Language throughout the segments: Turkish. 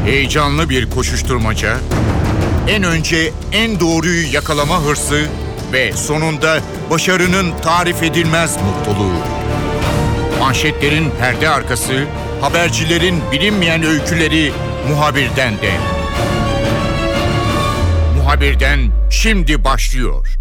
Heyecanlı bir koşuşturmaca, en önce en doğruyu yakalama hırsı ve sonunda başarının tarif edilmez mutluluğu. Manşetlerin perde arkası, habercilerin bilinmeyen öyküleri Muhabir'den de. Muhabir'den şimdi başlıyor.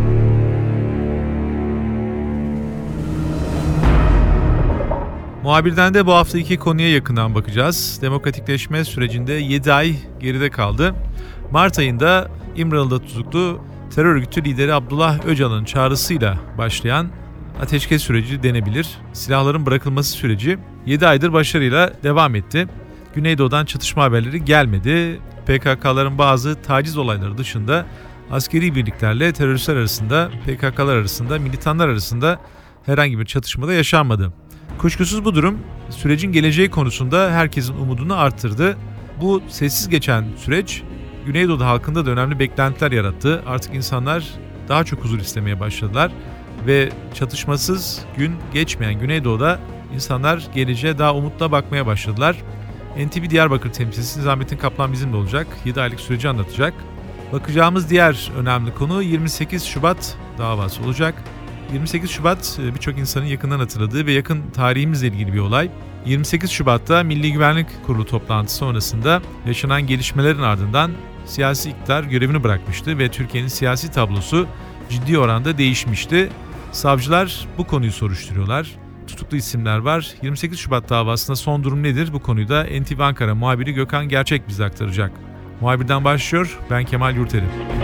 Muhabir'den de bu hafta iki konuya yakından bakacağız. Demokratikleşme sürecinde 7 ay geride kaldı. Mart ayında İmralı'da tutuklu terör örgütü lideri Abdullah Öcalan'ın çağrısıyla başlayan ateşkes süreci denebilir. Silahların bırakılması süreci 7 aydır başarıyla devam etti. Güneydoğu'dan çatışma haberleri gelmedi. PKK'ların bazı taciz olayları dışında askeri birliklerle teröristler arasında, PKK'lar arasında, militanlar arasında herhangi bir çatışmada yaşanmadı. Kuşkusuz bu durum sürecin geleceği konusunda herkesin umudunu arttırdı. Bu sessiz geçen süreç Güneydoğu halkında da önemli beklentiler yarattı. Artık insanlar daha çok huzur istemeye başladılar ve çatışmasız gün geçmeyen Güneydoğu'da insanlar geleceğe daha umutla bakmaya başladılar. NTV Diyarbakır temsilcisi Nizamettin Kaplan bizimle olacak. 7 aylık süreci anlatacak. Bakacağımız diğer önemli konu 28 Şubat davası olacak. 28 Şubat birçok insanın yakından hatırladığı ve yakın tarihimizle ilgili bir olay. 28 Şubat'ta Milli Güvenlik Kurulu toplantısı sonrasında yaşanan gelişmelerin ardından siyasi iktidar görevini bırakmıştı ve Türkiye'nin siyasi tablosu ciddi oranda değişmişti. Savcılar bu konuyu soruşturuyorlar. Tutuklu isimler var. 28 Şubat davasında son durum nedir? Bu konuyu da NTV Ankara muhabiri Gökhan Gerçek bize aktaracak. Muhabirden başlıyor. Ben Kemal Yurteri.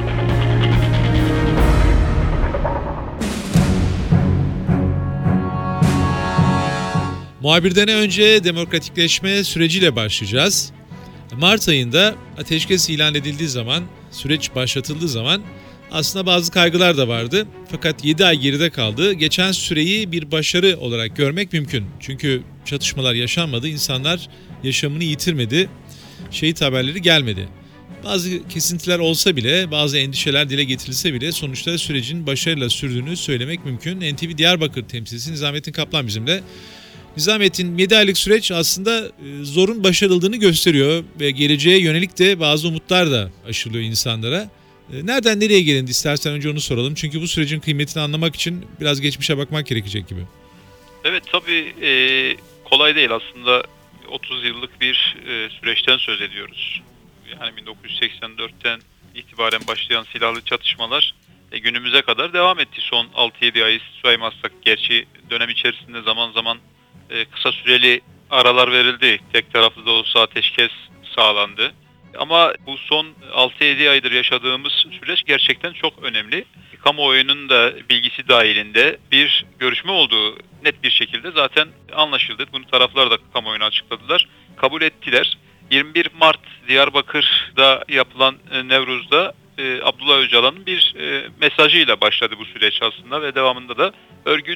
Muhabirden önce demokratikleşme süreciyle başlayacağız. Mart ayında ateşkes ilan edildiği zaman, süreç başlatıldığı zaman aslında bazı kaygılar da vardı. Fakat 7 ay geride kaldı. Geçen süreyi bir başarı olarak görmek mümkün. Çünkü çatışmalar yaşanmadı, insanlar yaşamını yitirmedi, şehit haberleri gelmedi. Bazı kesintiler olsa bile, bazı endişeler dile getirilse bile sonuçta sürecin başarıyla sürdüğünü söylemek mümkün. NTV Diyarbakır temsilcisi Nizamettin Kaplan bizimle. Nizamettin, 7 aylık süreç aslında zorun başarıldığını gösteriyor ve geleceğe yönelik de bazı umutlar da aşılıyor insanlara. Nereden nereye gelindi istersen önce onu soralım. Çünkü bu sürecin kıymetini anlamak için biraz geçmişe bakmak gerekecek gibi. Evet, tabii kolay değil aslında. 30 yıllık bir süreçten söz ediyoruz. Yani 1984'ten itibaren başlayan silahlı çatışmalar günümüze kadar devam etti. Son 6-7 ayı saymazsak, gerçi dönem içerisinde zaman zaman kısa süreli aralar verildi. Tek taraflı da olsa ateşkes sağlandı. Ama bu son 6-7 aydır yaşadığımız süreç gerçekten çok önemli. Kamuoyunun da bilgisi dahilinde bir görüşme olduğu net bir şekilde zaten anlaşıldı. Bunu taraflar da kamuoyuna açıkladılar. Kabul ettiler. 21 Mart Diyarbakır'da yapılan Nevruz'da Abdullah Öcalan'ın bir mesajıyla başladı bu süreç aslında ve devamında da örgüt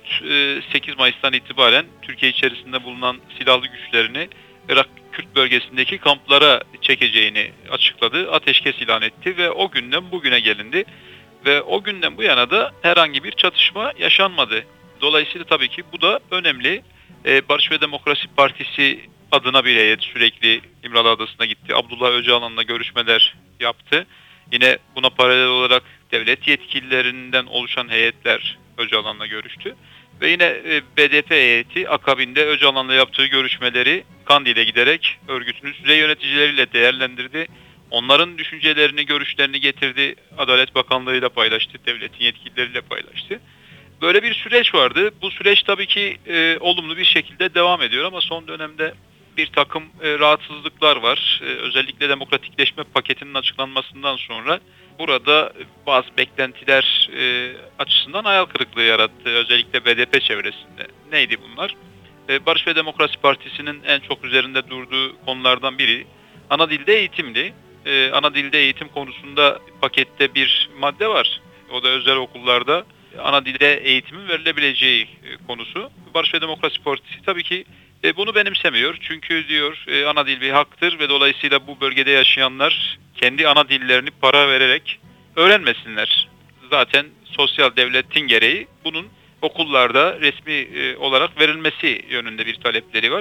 8 Mayıs'tan itibaren Türkiye içerisinde bulunan silahlı güçlerini Irak Kürt bölgesindeki kamplara çekeceğini açıkladı. Ateşkes ilan etti ve o günden bugüne gelindi. Ve o günden bu yana da herhangi bir çatışma yaşanmadı. Dolayısıyla tabii ki bu da önemli. Barış ve Demokrasi Partisi adına bir heyet sürekli İmralı Adası'na gitti. Abdullah Öcalan'la görüşmeler yaptı. Yine buna paralel olarak devlet yetkililerinden oluşan heyetler Öcalan'la görüştü. Ve yine BDP heyeti akabinde Öcalan'la yaptığı görüşmeleri Kandil'e giderek örgütün üst düzey yöneticileriyle değerlendirdi. Onların düşüncelerini, görüşlerini getirdi. Adalet Bakanlığı'yla paylaştı, devletin yetkilileriyle paylaştı. Böyle bir süreç vardı. Bu süreç tabii ki olumlu bir şekilde devam ediyor ama son dönemde bir takım rahatsızlıklar var. Özellikle demokratikleşme paketinin açıklanmasından sonra burada bazı beklentiler açısından hayal kırıklığı yarattı. Özellikle BDP çevresinde. Neydi bunlar? Barış ve Demokrasi Partisi'nin en çok üzerinde durduğu konulardan biri ana dilde eğitimdi. Ana dilde eğitim konusunda pakette bir madde var. O da özel okullarda ana dilde eğitimin verilebileceği konusu. Barış ve Demokrasi Partisi tabii ki bunu benimsemiyor. Çünkü diyor ana dil bir haktır ve dolayısıyla bu bölgede yaşayanlar kendi ana dillerini para vererek öğrenmesinler. Zaten sosyal devletin gereği bunun okullarda resmi olarak verilmesi yönünde bir talepleri var.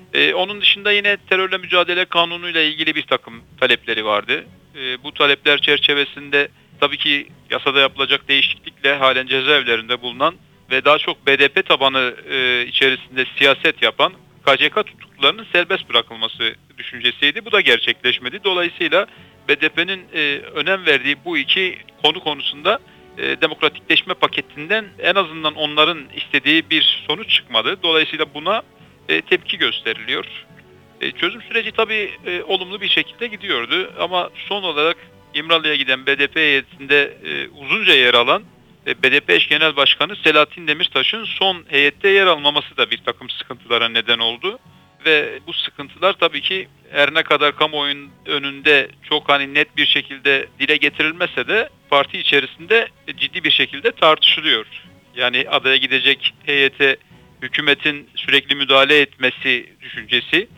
Onun dışında yine terörle mücadele kanunuyla ilgili bir takım talepleri vardı. Bu talepler çerçevesinde tabii ki yasada yapılacak değişiklikle halen cezaevlerinde bulunan ve daha çok BDP tabanı içerisinde siyaset yapan KCK tutuklularının serbest bırakılması düşüncesiydi. Bu da gerçekleşmedi. Dolayısıyla BDP'nin önem verdiği bu iki konu konusunda demokratikleşme paketinden en azından onların istediği bir sonuç çıkmadı. Dolayısıyla buna tepki gösteriliyor. Çözüm süreci tabii olumlu bir şekilde gidiyordu ama son olarak İmralı'ya giden BDP heyetinde uzunca yer alan BDP eş genel başkanı Selahattin Demirtaş'ın son heyette yer almaması da bir takım sıkıntılara neden oldu. Ve bu sıkıntılar tabii ki her ne kadar kamuoyunun önünde çok net bir şekilde dile getirilmese de parti içerisinde ciddi bir şekilde tartışılıyor. Yani adaya gidecek heyete hükümetin sürekli müdahale etmesi düşüncesi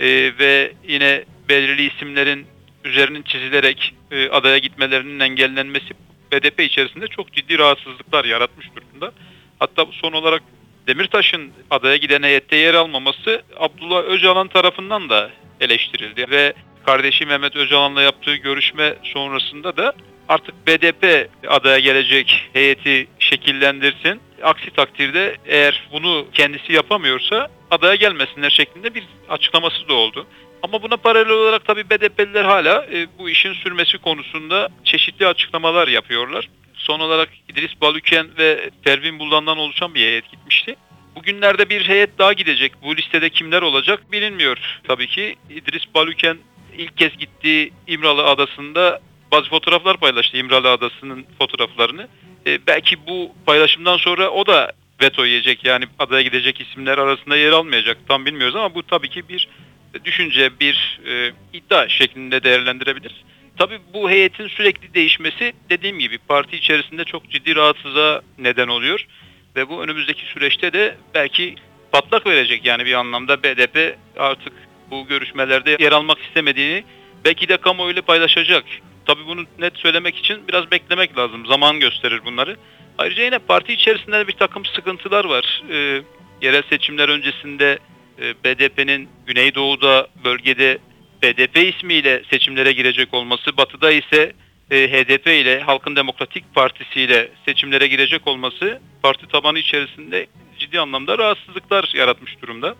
ve yine belirli isimlerin üzerinin çizilerek adaya gitmelerinin engellenmesi BDP içerisinde çok ciddi rahatsızlıklar yaratmış durumda. Hatta son olarak Demirtaş'ın adaya giden heyette yer almaması Abdullah Öcalan tarafından da eleştirildi ve kardeşi Mehmet Öcalan'la yaptığı görüşme sonrasında da artık BDP adaya gelecek heyeti şekillendirsin. Aksi takdirde eğer bunu kendisi yapamıyorsa adaya gelmesinler şeklinde bir açıklaması da oldu. Ama buna paralel olarak tabii BDP'liler hala bu işin sürmesi konusunda çeşitli açıklamalar yapıyorlar. Son olarak İdris Balüken ve Pervin Buldan'dan oluşan bir heyet gitmişti. Bugünlerde bir heyet daha gidecek. Bu listede kimler olacak bilinmiyor. Tabii ki İdris Balüken ilk kez gittiği İmralı Adası'nda bazı fotoğraflar paylaştı. İmralı Adası'nın fotoğraflarını. Belki bu paylaşımdan sonra o da veto yiyecek. Yani adaya gidecek isimler arasında yer almayacak. Tam bilmiyoruz ama bu tabii ki bir düşünce, bir iddia şeklinde değerlendirebiliriz. Tabii bu heyetin sürekli değişmesi dediğim gibi parti içerisinde çok ciddi rahatsızlığa neden oluyor. Ve bu önümüzdeki süreçte de belki patlak verecek. Yani bir anlamda BDP artık bu görüşmelerde yer almak istemediğini belki de kamuoyuyla paylaşacak. Tabii bunu net söylemek için biraz beklemek lazım. Zaman gösterir bunları. Ayrıca yine parti içerisinde bir takım sıkıntılar var. Yerel seçimler öncesinde BDP'nin Güneydoğu'da bölgede BDP ismiyle seçimlere girecek olması, Batı'da ise HDP ile Halkın Demokratik Partisi ile seçimlere girecek olması parti tabanı içerisinde ciddi anlamda rahatsızlıklar yaratmış durumda.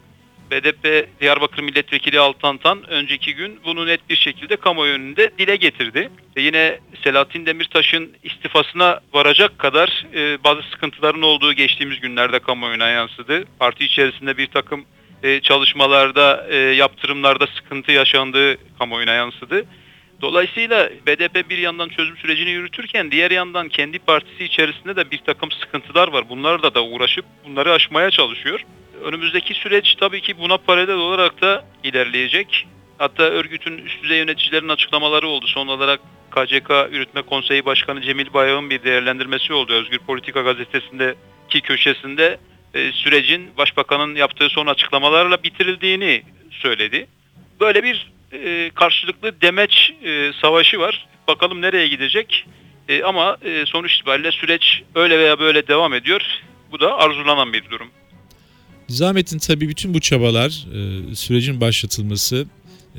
BDP Diyarbakır Milletvekili Altan Tan önceki gün bunu net bir şekilde kamuoyu önünde dile getirdi. Yine Selahattin Demirtaş'ın istifasına varacak kadar bazı sıkıntıların olduğu geçtiğimiz günlerde kamuoyuna yansıdı. Parti içerisinde bir takım çalışmalarda, yaptırımlarda sıkıntı yaşandığı kamuoyuna yansıdı. Dolayısıyla BDP bir yandan çözüm sürecini yürütürken diğer yandan kendi partisi içerisinde de bir takım sıkıntılar var. Bunlarla da uğraşıp bunları aşmaya çalışıyor. Önümüzdeki süreç tabii ki buna paralel olarak da ilerleyecek. Hatta örgütün üst düzey yöneticilerin açıklamaları oldu. Son olarak KCK Yürütme Konseyi Başkanı Cemil Bayağı'nın bir değerlendirmesi oldu. Özgür Politika gazetesindeki köşesinde sürecin başbakanın yaptığı son açıklamalarla bitirildiğini söyledi. Böyle bir karşılıklı demeç savaşı var. Bakalım nereye gidecek? Ama sonuç itibariyle süreç öyle veya böyle devam ediyor. Bu da arzulanan bir durum. Nizamettin, tabii bütün bu çabalar, sürecin başlatılması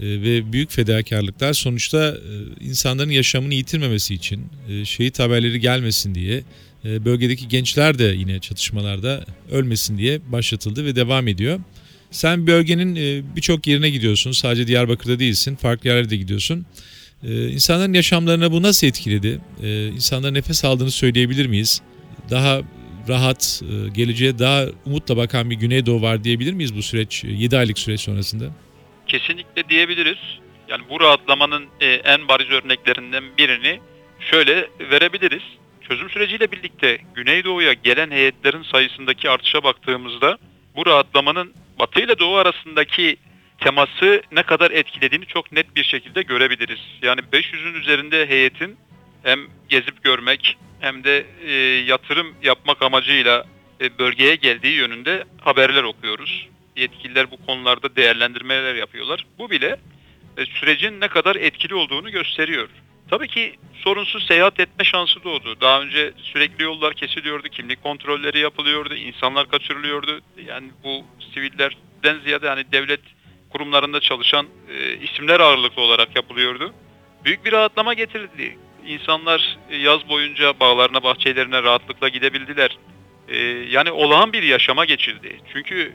ve büyük fedakarlıklar sonuçta insanların yaşamını yitirmemesi için, şehit haberleri gelmesin diye, bölgedeki gençler de yine çatışmalarda ölmesin diye başlatıldı ve devam ediyor. Sen bölgenin birçok yerine gidiyorsun, sadece Diyarbakır'da değilsin, farklı yerlere de gidiyorsun. İnsanların yaşamlarına bu nasıl etkiledi? İnsanların nefes aldığını söyleyebilir miyiz? Daha rahat, geleceğe daha umutla bakan bir Güneydoğu var diyebilir miyiz bu süreç, 7 aylık süreç sonrasında? Kesinlikle diyebiliriz. Yani bu rahatlamanın en bariz örneklerinden birini şöyle verebiliriz. Çözüm süreciyle birlikte Güneydoğu'ya gelen heyetlerin sayısındaki artışa baktığımızda bu rahatlamanın Batı ile Doğu arasındaki teması ne kadar etkilediğini çok net bir şekilde görebiliriz. Yani 500'ün üzerinde heyetin hem gezip görmek hem de yatırım yapmak amacıyla bölgeye geldiği yönünde haberler okuyoruz. Yetkililer bu konularda değerlendirmeler yapıyorlar. Bu bile sürecin ne kadar etkili olduğunu gösteriyor. Tabii ki sorunsuz seyahat etme şansı doğdu. Daha önce sürekli yollar kesiliyordu, kimlik kontrolleri yapılıyordu, insanlar kaçırılıyordu. Yani bu sivillerden ziyade hani devlet kurumlarında çalışan isimler ağırlıklı olarak yapılıyordu. Büyük bir rahatlama getirdi. İnsanlar yaz boyunca bağlarına, bahçelerine rahatlıkla gidebildiler. Yani olağan bir yaşama geçildi. Çünkü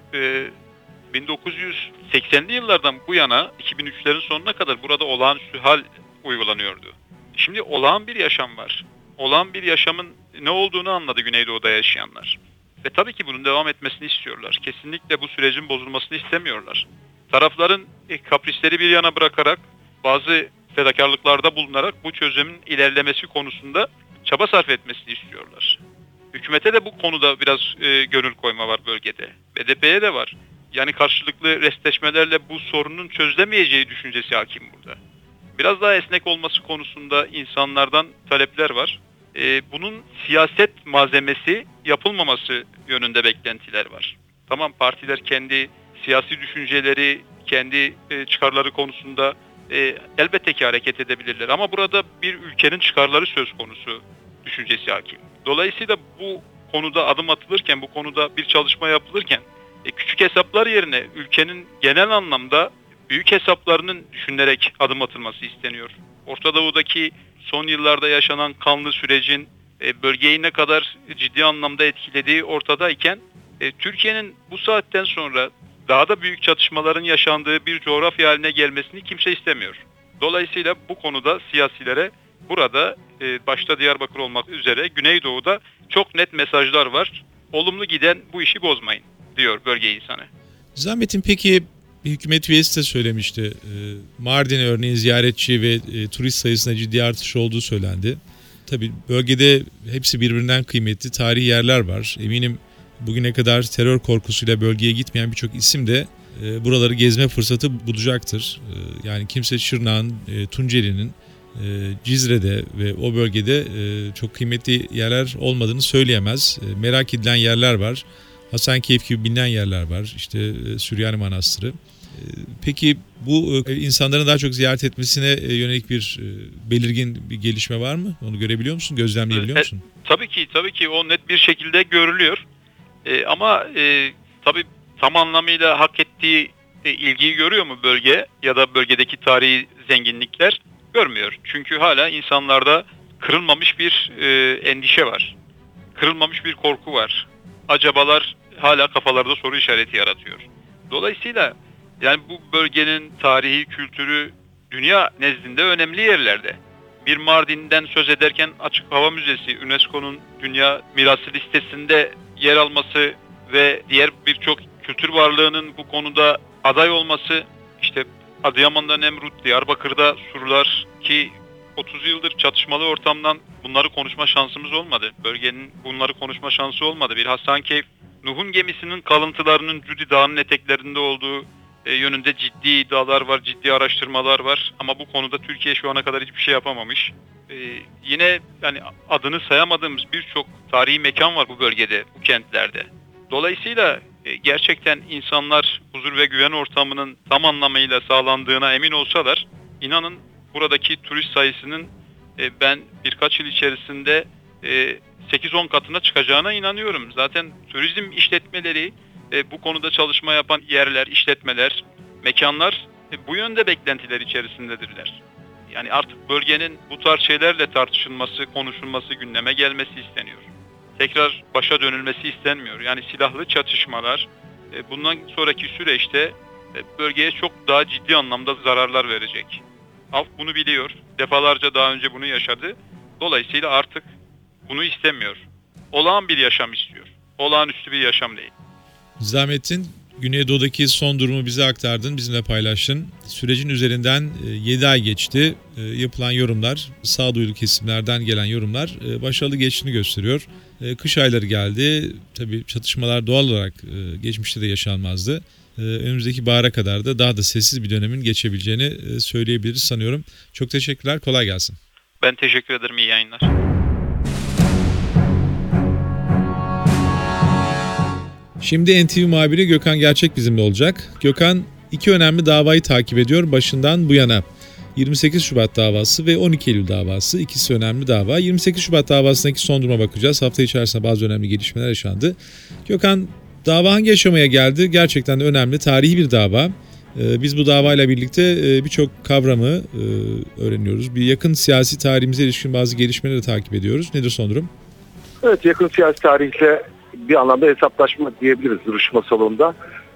1980'li yıllardan bu yana 2003'lerin sonuna kadar burada olağanüstü hal uygulanıyordu. Şimdi olağan bir yaşam var. Olağan bir yaşamın ne olduğunu anladı Güneydoğu'da yaşayanlar. Ve tabii ki bunun devam etmesini istiyorlar. Kesinlikle bu sürecin bozulmasını istemiyorlar. Tarafların kaprisleri bir yana bırakarak bazı fedakarlıklarda bulunarak bu çözümün ilerlemesi konusunda çaba sarf etmesini istiyorlar. Hükümete de bu konuda biraz gönül koyma var bölgede. BDP'ye de var. Yani karşılıklı restleşmelerle bu sorunun çözülemeyeceği düşüncesi hakim burada. Biraz daha esnek olması konusunda insanlardan talepler var. Bunun siyaset malzemesi yapılmaması yönünde beklentiler var. Tamam, partiler kendi siyasi düşünceleri, kendi çıkarları konusunda elbette ki hareket edebilirler. Ama burada bir ülkenin çıkarları söz konusu düşüncesi hakim. Dolayısıyla bu konuda adım atılırken, bu konuda bir çalışma yapılırken küçük hesaplar yerine ülkenin genel anlamda büyük hesaplarının düşünülerek adım atılması isteniyor. Orta Doğu'daki son yıllarda yaşanan kanlı sürecin bölgeyi ne kadar ciddi anlamda etkilediği ortadayken Türkiye'nin bu saatten sonra daha da büyük çatışmaların yaşandığı bir coğrafya haline gelmesini kimse istemiyor. Dolayısıyla bu konuda siyasilere burada başta Diyarbakır olmak üzere Güneydoğu'da çok net mesajlar var. Olumlu giden bu işi bozmayın diyor bölge insanı. Zahmet'in peki bir hükümet üyesi de söylemişti. Mardin örneğin ziyaretçi ve turist sayısında ciddi artış olduğu söylendi. Tabii bölgede hepsi birbirinden kıymetli tarihi yerler var. Eminim bugüne kadar terör korkusuyla bölgeye gitmeyen birçok isim de buraları gezme fırsatı bulacaktır. Yani kimse Şırnak'ın, Tunceli'nin, Cizre'de ve o bölgede çok kıymetli yerler olmadığını söyleyemez. Merak edilen yerler var. Hasankeyf gibi bilinen yerler var. İşte Süryani Manastırı. Peki bu insanların daha çok ziyaret etmesine yönelik bir belirgin bir gelişme var mı? Onu görebiliyor musun? Gözlemleyebiliyor musun? Tabii ki o net bir şekilde görülüyor. Ama tabii tam anlamıyla hak ettiği ilgiyi görüyor mu bölge ya da bölgedeki tarihi zenginlikler? Görmüyor. Çünkü hala insanlarda kırılmamış bir endişe var. Kırılmamış bir korku var. Acabalar hala kafalarda soru işareti yaratıyor. Dolayısıyla yani bu bölgenin tarihi, kültürü dünya nezdinde önemli yerlerde. Bir Mardin'den söz ederken Açık Hava Müzesi, UNESCO'nun Dünya Mirası listesinde yer alması ve diğer birçok kültür varlığının bu konuda aday olması, işte Adıyaman'da Nemrut, Diyarbakır'da surlar ki 30 yıldır çatışmalı ortamdan bunları konuşma şansımız olmadı. Bölgenin bunları konuşma şansı olmadı. Bir Hasankeyf, Nuh'un gemisinin kalıntılarının Cudi Dağı'nın eteklerinde olduğu yönünde ciddi iddialar var, ciddi araştırmalar var. Ama bu konuda Türkiye şu ana kadar hiçbir şey yapamamış. Yine yani adını sayamadığımız birçok tarihi mekan var bu bölgede, bu kentlerde. Dolayısıyla gerçekten insanlar huzur ve güven ortamının tam anlamıyla sağlandığına emin olsalar, inanın buradaki turist sayısının ben birkaç yıl içerisinde 8-10 katına çıkacağına inanıyorum. Zaten turizm işletmeleri, bu konuda çalışma yapan yerler, işletmeler, mekanlar bu yönde beklentiler içerisindedirler. Yani artık bölgenin bu tarz şeylerle tartışılması, konuşulması, gündeme gelmesi isteniyor. Tekrar başa dönülmesi istenmiyor. Yani silahlı çatışmalar bundan sonraki süreçte bölgeye çok daha ciddi anlamda zararlar verecek. Halk bunu biliyor. Defalarca daha önce bunu yaşadı. Dolayısıyla artık bunu istemiyor. Olağan bir yaşam istiyor. Olağanüstü bir yaşam değil. Zahmettin, Güneydoğu'daki son durumu bize aktardın, bizimle paylaştın. Sürecin üzerinden 7 ay geçti. Yapılan yorumlar, sağduyulu kesimlerden gelen yorumlar başarılı geçtiğini gösteriyor. Kış ayları geldi. Tabii çatışmalar doğal olarak geçmişte de yaşanmazdı. Önümüzdeki bahara kadar da daha da sessiz bir dönemin geçebileceğini söyleyebiliriz sanıyorum. Çok teşekkürler, kolay gelsin. Ben teşekkür ederim, iyi yayınlar. Şimdi NTV muhabiri Gökhan Gerçek bizimle olacak. Gökhan iki önemli davayı takip ediyor başından bu yana. 28 Şubat davası ve 12 Eylül davası, ikisi önemli dava. 28 Şubat davasındaki son duruma bakacağız. Hafta içerisinde bazı önemli gelişmeler yaşandı. Gökhan, dava hangi aşamaya geldi? Gerçekten de önemli, tarihi bir dava. Biz bu davayla birlikte birçok kavramı öğreniyoruz. Bir yakın siyasi tarihimize ilişkin bazı gelişmeleri de takip ediyoruz. Nedir son durum? Evet, yakın siyasi tarihle bir anlamda hesaplaşma diyebiliriz duruşma salonunda.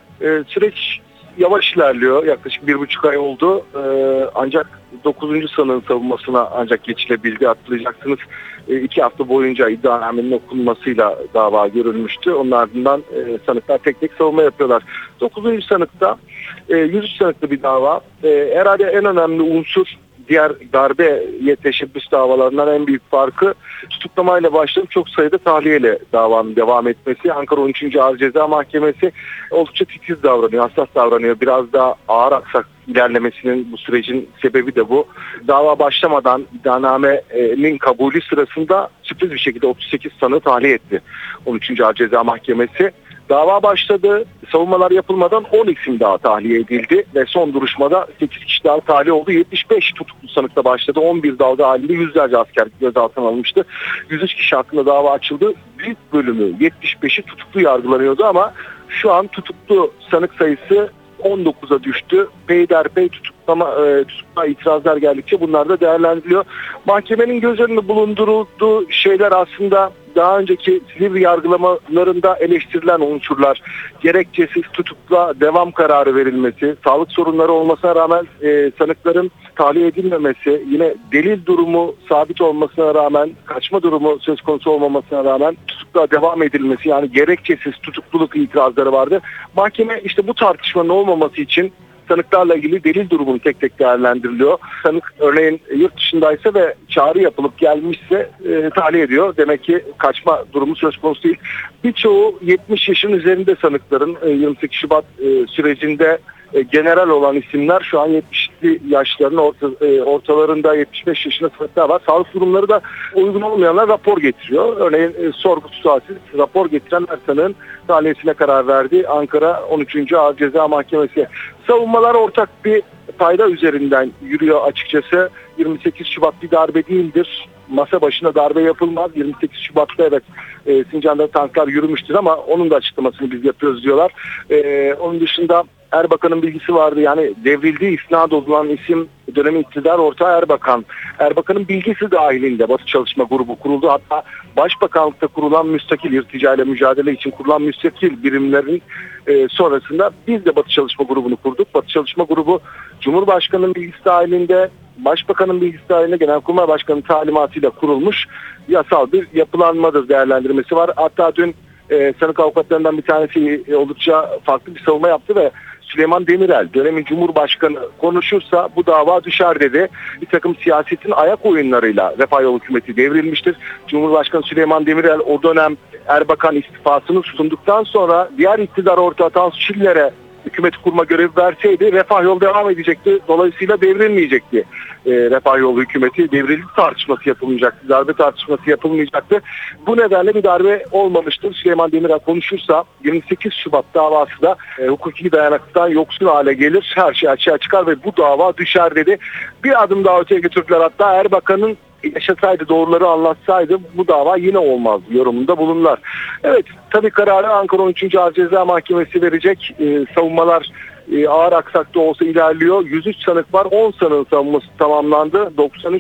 Süreç yavaş ilerliyor. Yaklaşık 1,5 ay oldu. Ancak 9. sanığın savunmasına ancak geçilebildi. Hatırlayacaksınız 2 hafta boyunca iddianamenin okunmasıyla dava görülmüştü. Onun ardından sanıklar tek tek savunma yapıyorlar. 9. sanıkta 103 sanıklı bir dava. Herhalde en önemli unsur, diğer darbeye teşebbüs davalarından en büyük farkı tutuklamayla başlayıp çok sayıda tahliyeyle davanın devam etmesi. Ankara 13. Ağır Ceza Mahkemesi oldukça titiz davranıyor, hassas davranıyor. Biraz daha ağır aksak ilerlemesinin bu sürecin sebebi de bu. Dava başlamadan iddianamenin kabulü sırasında sürpriz bir şekilde 38 sanığı tahliye etti 13. Ağır Ceza Mahkemesi. Dava başladı. Savunmalar yapılmadan 10 isim daha tahliye edildi ve son duruşmada 8 kişi daha tahliye oldu. 75 tutuklu sanıkla başladı. 11 dalga halinde yüzlerce asker gözaltına alınmıştı. 103 kişi hakkında dava açıldı. Büyük bölümü 75'i tutuklu yargılanıyordu ama şu an tutuklu sanık sayısı 19'a düştü. Peyderpey tutuklama itirazlar geldikçe bunlar da değerlendiriliyor. Mahkemenin göz önünde bulundurulduğu şeyler aslında daha önceki Silivri yargılamalarında eleştirilen unsurlar. Gerekçesiz tutukla devam kararı verilmesi, sağlık sorunları olmasına rağmen sanıkların tahliye edilmemesi, yine delil durumu sabit olmasına rağmen, kaçma durumu söz konusu olmamasına rağmen tutukla devam edilmesi, yani gerekçesiz tutukluluk itirazları vardı. Mahkeme işte bu tartışmanın olmaması için sanıklarla ilgili delil durumunu tek tek değerlendiriliyor. Sanık örneğin yurt dışındaysa ve çağrı yapılıp gelmişse tahliye ediyor. Demek ki kaçma durumu söz konusu değil. Birçoğu 70 yaşın üzerinde sanıkların 28 Şubat sürecinde general olan isimler şu an 70'li yaşların ortalarında 75 yaşında sanıklar var. Sağlık durumları da uygun olmayanlar rapor getiriyor. Örneğin sorgu tutarsiz rapor getiren her sanığın tahliyesine karar verdi Ankara 13. Ağır Ceza Mahkemesi. Savunmalar ortak bir payda üzerinden yürüyor açıkçası. 28 Şubat bir darbe değildir. Masa başına darbe yapılmaz. 28 Şubat'ta evet Sincan'da tanklar yürümüştür ama onun da açıklamasını biz yapıyoruz diyorlar. Onun dışında Erbakan'ın bilgisi vardı, yani devrildiği isnat olunan isim dönemi iktidar ortağı Erbakan. Erbakan'ın bilgisi dahilinde Batı Çalışma Grubu kuruldu. Hatta Başbakanlıkta kurulan müstakil, irticayla mücadele için kurulan müstakil birimlerin sonrasında biz de Batı Çalışma Grubu'nu kurduk. Batı Çalışma Grubu Cumhurbaşkanı'nın bilgisi dahilinde, Başbakanın bilgisi dahilinde Genelkurmay Başkanı'nın talimatıyla kurulmuş yasal bir yapılanmadır değerlendirmesi var. Hatta dün sanık avukatlarından bir tanesi oldukça farklı bir savunma yaptı ve Süleyman Demirel dönemin Cumhurbaşkanı konuşursa bu dava düşer dedi. Bir takım siyasetin ayak oyunlarıyla Refah Yolu hükümeti devrilmiştir. Cumhurbaşkanı Süleyman Demirel o dönem Erbakan istifasını sunduktan sonra diğer iktidar ortağı Tansu Çiller'e hükümeti kurma görevi verseydi Refah Yolu devam edecekti. Dolayısıyla devrilmeyecekti. Refah Yolu hükümeti devrildi tartışması yapılmayacaktı. Darbe tartışması yapılmayacaktı. Bu nedenle bir darbe olmamıştır. Süleyman Demirel konuşursa 28 Şubat davası da hukuki dayanaktan yoksun hale gelir. Her şey açığa çıkar ve bu dava düşer dedi. Bir adım daha öteye götürdüler. Hatta Erbakan'ın yaşasaydı, doğruları anlatsaydı bu dava yine olmaz yorumunda bulundular. Evet, tabii kararı Ankara 13. Ağır Ceza Mahkemesi verecek. Savunmalar ağır aksakta olsa ilerliyor. 103 sanık var. 10 sanığın savunması tamamlandı. 93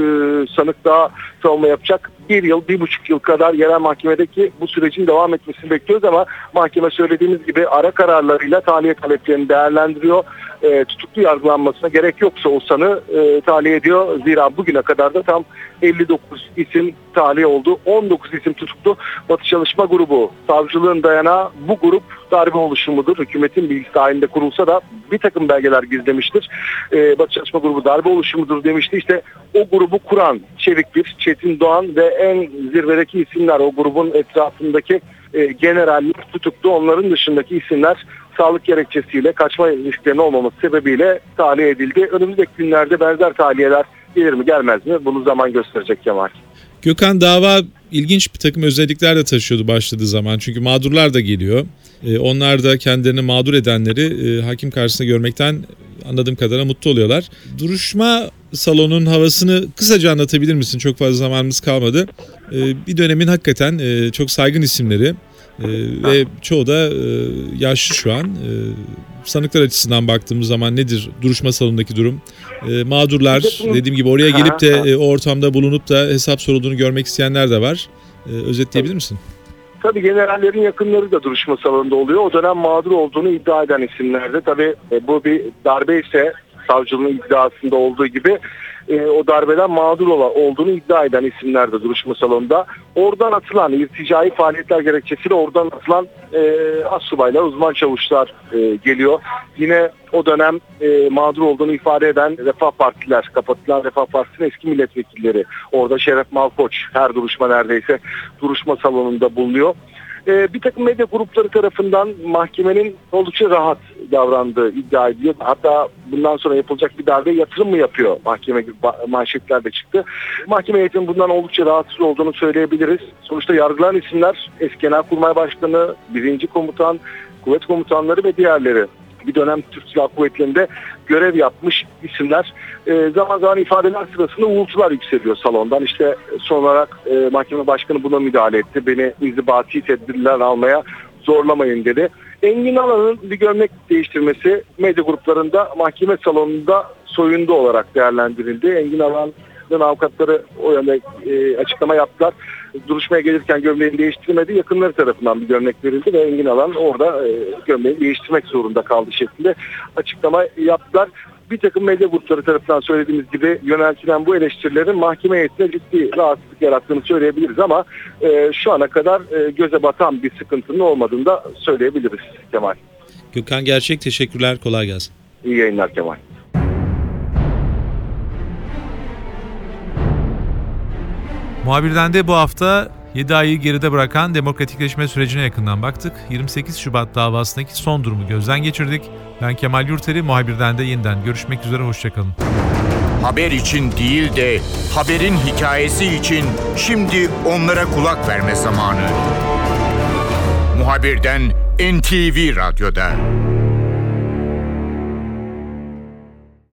sanık daha savunma yapacak. 1 yıl, 1,5 yıl kadar yerel mahkemedeki bu sürecin devam etmesini bekliyoruz ama mahkeme söylediğimiz gibi ara kararlarıyla tahliye taleplerini değerlendiriyor. Tutuklu yargılanmasına gerek yoksa o sanığı tahliye ediyor. Zira bugüne kadar da tam 59 isim tahliye oldu. 19 isim tutuklu. Batı Çalışma Grubu savcılığın dayanağı bu grup darbe oluşumudur. Hükümetin bilgisi dahilinde kurulsa da bir takım belgeler gizlemiştir. Batı Çalışma Grubu darbe oluşumudur demişti. İşte o grubu kuran Çevik Bir, Çetin Doğan ve en zirvedeki isimler, o grubun etrafındaki generaller tutuklu. Onların dışındaki isimler sağlık gerekçesiyle, kaçma risklerinin olmaması sebebiyle tahliye edildi. Önümüzdeki günlerde benzer tahliyeler gelir mi gelmez mi? Bunu zaman gösterecek Kemal. Gökhan, dava ilginç bir takım özellikler de taşıyordu başladığı zaman. Çünkü mağdurlar da geliyor. Onlar da kendilerini mağdur edenleri hakim karşısında görmekten anladığım kadarıyla mutlu oluyorlar. Duruşma salonunun havasını kısaca anlatabilir misin? Çok fazla zamanımız kalmadı. Bir dönemin hakikaten çok saygın isimleri Ve çoğu da yaşlı şu an. Sanıklar açısından baktığımız zaman nedir duruşma salonundaki durum? Mağdurlar, dediğim gibi oraya gelip de o ortamda bulunup da hesap sorulduğunu görmek isteyenler de var. Özetleyebilir misin? Tabii generallerin yakınları da duruşma salonunda oluyor. O dönem mağdur olduğunu iddia eden isimlerde. Tabii bu bir darbe ise savcılığın iddiasında olduğu gibi o darbeden mağdur olduğunu iddia eden isimler de duruşma salonunda. Oradan atılan irticai faaliyetler gerekçesiyle oradan atılan astsubaylar, uzman çavuşlar geliyor. Yine o dönem mağdur olduğunu ifade eden Refah Partiler, kapatılan Refah Partisi'nin eski milletvekilleri. Orada Şeref Malkoç her duruşma neredeyse duruşma salonunda bulunuyor. Bir takım medya grupları tarafından mahkemenin oldukça rahat davrandığı iddia ediliyor. Hatta bundan sonra yapılacak bir darbeye yatırım mı yapıyor mahkeme gibi manşetlerde çıktı. Mahkeme heyetinin bundan oldukça rahatsız olduğunu söyleyebiliriz. Sonuçta yargılanan isimler eski Genelkurmay Başkanı, 1. Komutan, kuvvet komutanları ve diğerleri. Bir dönem Türk Silahlı Kuvvetleri'nde görev yapmış isimler. Zaman zaman ifadeler sırasında uğultular yükseliyor salondan. İşte son olarak mahkeme başkanı buna müdahale etti. Beni inzibati tedbirler almaya zorlamayın dedi. Engin Alan'ın bir gömlek değiştirmesi medya gruplarında mahkeme salonunda soyundu olarak değerlendirildi. Engin Alan'ın avukatları o yönde açıklama yaptılar. Duruşmaya gelirken gömleğini değiştirmedi. Yakınları tarafından bir gömlek verildi ve Engin Alan orada gömleğini değiştirmek zorunda kaldı şeklinde açıklama yaptılar. Bir takım medya grupları tarafından söylediğimiz gibi yöneltilen bu eleştirilerin mahkeme heyetine ciddi rahatsızlık yarattığını söyleyebiliriz ama şu ana kadar göze batan bir sıkıntının olmadığını da söyleyebiliriz Kemal. Gökhan Gerçek, teşekkürler. Kolay gelsin. İyi yayınlar Kemal. Muhabirden de bu hafta 7 ayı geride bırakan demokratikleşme sürecine yakından baktık. 28 Şubat davasındaki son durumu gözden geçirdik. Ben Kemal Yurteri, Muhabirden de yeniden görüşmek üzere, hoşçakalın. Haber için değil de haberin hikayesi için şimdi onlara kulak verme zamanı. Muhabirden NTV Radyo'da.